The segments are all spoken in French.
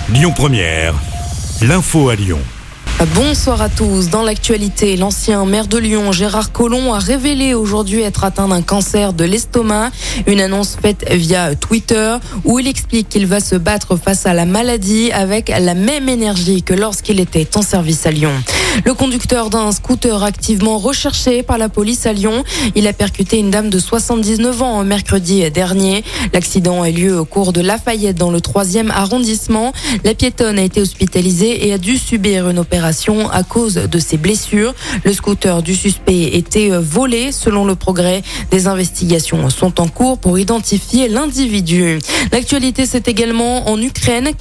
Lyon Première, l'info à Lyon. Bonsoir à tous. Dans l'actualité, l'ancien maire de Lyon, Gérard Collomb, a révélé aujourd'hui être atteint d'un cancer de l'estomac. Une annonce faite via Twitter où il explique qu'il va se battre face à la maladie avec la même énergie que lorsqu'il était en service à Lyon. Le conducteur d'un scooter activement recherché par la police à Lyon, il a percuté une dame de 79 ans mercredi dernier. L'accident a eu lieu au cours de Lafayette dans le 3e arrondissement. La piétonne a été hospitalisée et a dû subir une opération à cause de ses blessures. Le scooter du suspect était volé. Selon Le Progrès, des investigations sont en cours pour identifier l'individu. L'actualité, c'est également en Ukraine.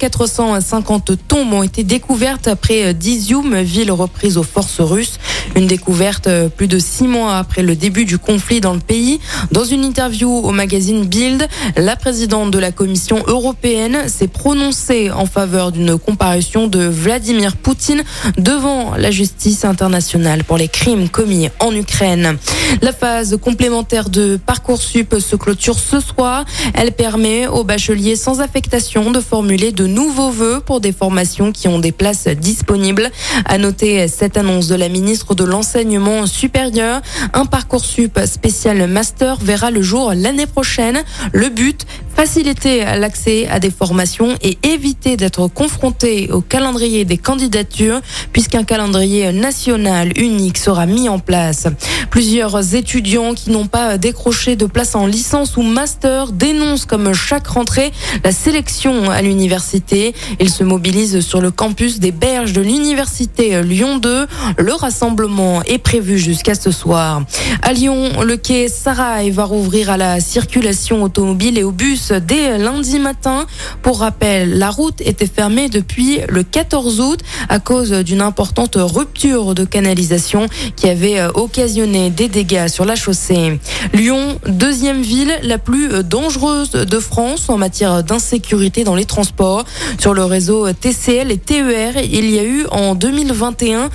450 tombes ont été découvertes après d'Izium, ville reprise aux forces russes. Une découverte plus de 6 mois après le début du conflit dans le pays. Dans une interview au magazine Bild, la présidente de la Commission européenne s'est prononcée en faveur d'une comparution de Vladimir Poutine devant la justice internationale pour les crimes commis en Ukraine. La phase complémentaire de Parcoursup se clôture ce soir. Elle permet aux bacheliers sans affectation de formuler de nouveaux vœux pour des formations qui ont des places disponibles. À noter cette annonce de la ministre de l'Enseignement supérieur. Un Parcoursup spécial master verra le jour l'année prochaine. Le but, faciliter l'accès à des formations et éviter d'être confronté au calendrier des candidatures puisqu'un calendrier national unique sera mis en place. Plusieurs étudiants qui n'ont pas décroché de place en licence ou master dénoncent comme chaque rentrée la sélection à l'université. Ils se mobilisent sur le campus des Berges de l'université Lyon 2. Le rassemblement est prévu jusqu'à ce soir. À Lyon, le quai Sarail va rouvrir à la circulation automobile et aux bus dès lundi matin. Pour rappel, la route était fermée depuis le 14 août à cause d'une importante rupture de canalisation qui avait occasionné des dégâts sur la chaussée. Lyon, deuxième ville la plus dangereuse de France en matière d'insécurité dans les transports. Sur le réseau TCL et TER, il y a eu en 2021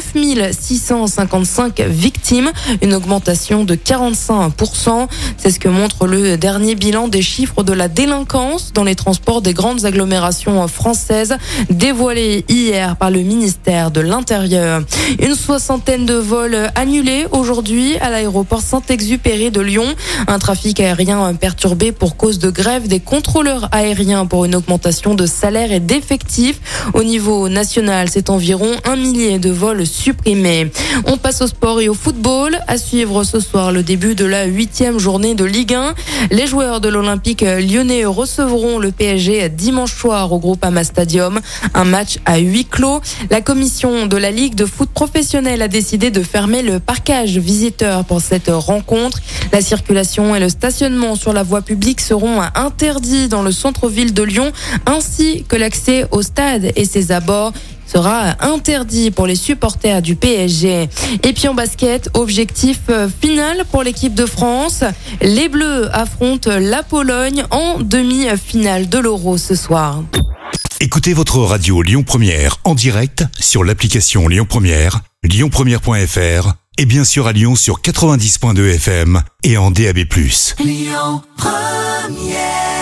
9655 victimes, une augmentation de 45%. C'est ce que montre le dernier bilan des chiffres de la délinquance dans les transports des grandes agglomérations françaises, dévoilé hier par le ministère de l'Intérieur. Une soixantaine de vols annulés aujourd'hui à l'aéroport Saint-Exupéry de Lyon. Un trafic aérien perturbé pour cause de grève des contrôleurs aériens pour une augmentation de salaire et d'effectifs. Au niveau national, c'est environ 1 millier de vols supprimés. On passe au sport et au football. À suivre ce soir le début de la 8e journée de Ligue 1. Les joueurs de l'Olympique lyonnais recevront le PSG dimanche soir au Groupama Stadium. Un match à huis clos. La commission de la Ligue de foot professionnelle a décidé de fermer le parcage visiteur pour cette rencontre. La circulation et le stationnement sur la voie publique seront interdits dans le centre-ville de Lyon, ainsi que l'accès au stade et ses abords sera interdit pour les supporters du PSG. Et puis en basket, objectif final pour l'équipe de France. Les Bleus affrontent la Pologne en demi-finale de l'Euro ce soir. Écoutez votre radio Lyon Première en direct sur l'application Lyon Première, lyonpremière.fr et bien sûr à Lyon sur 90.2 FM et en DAB+. Lyon Première.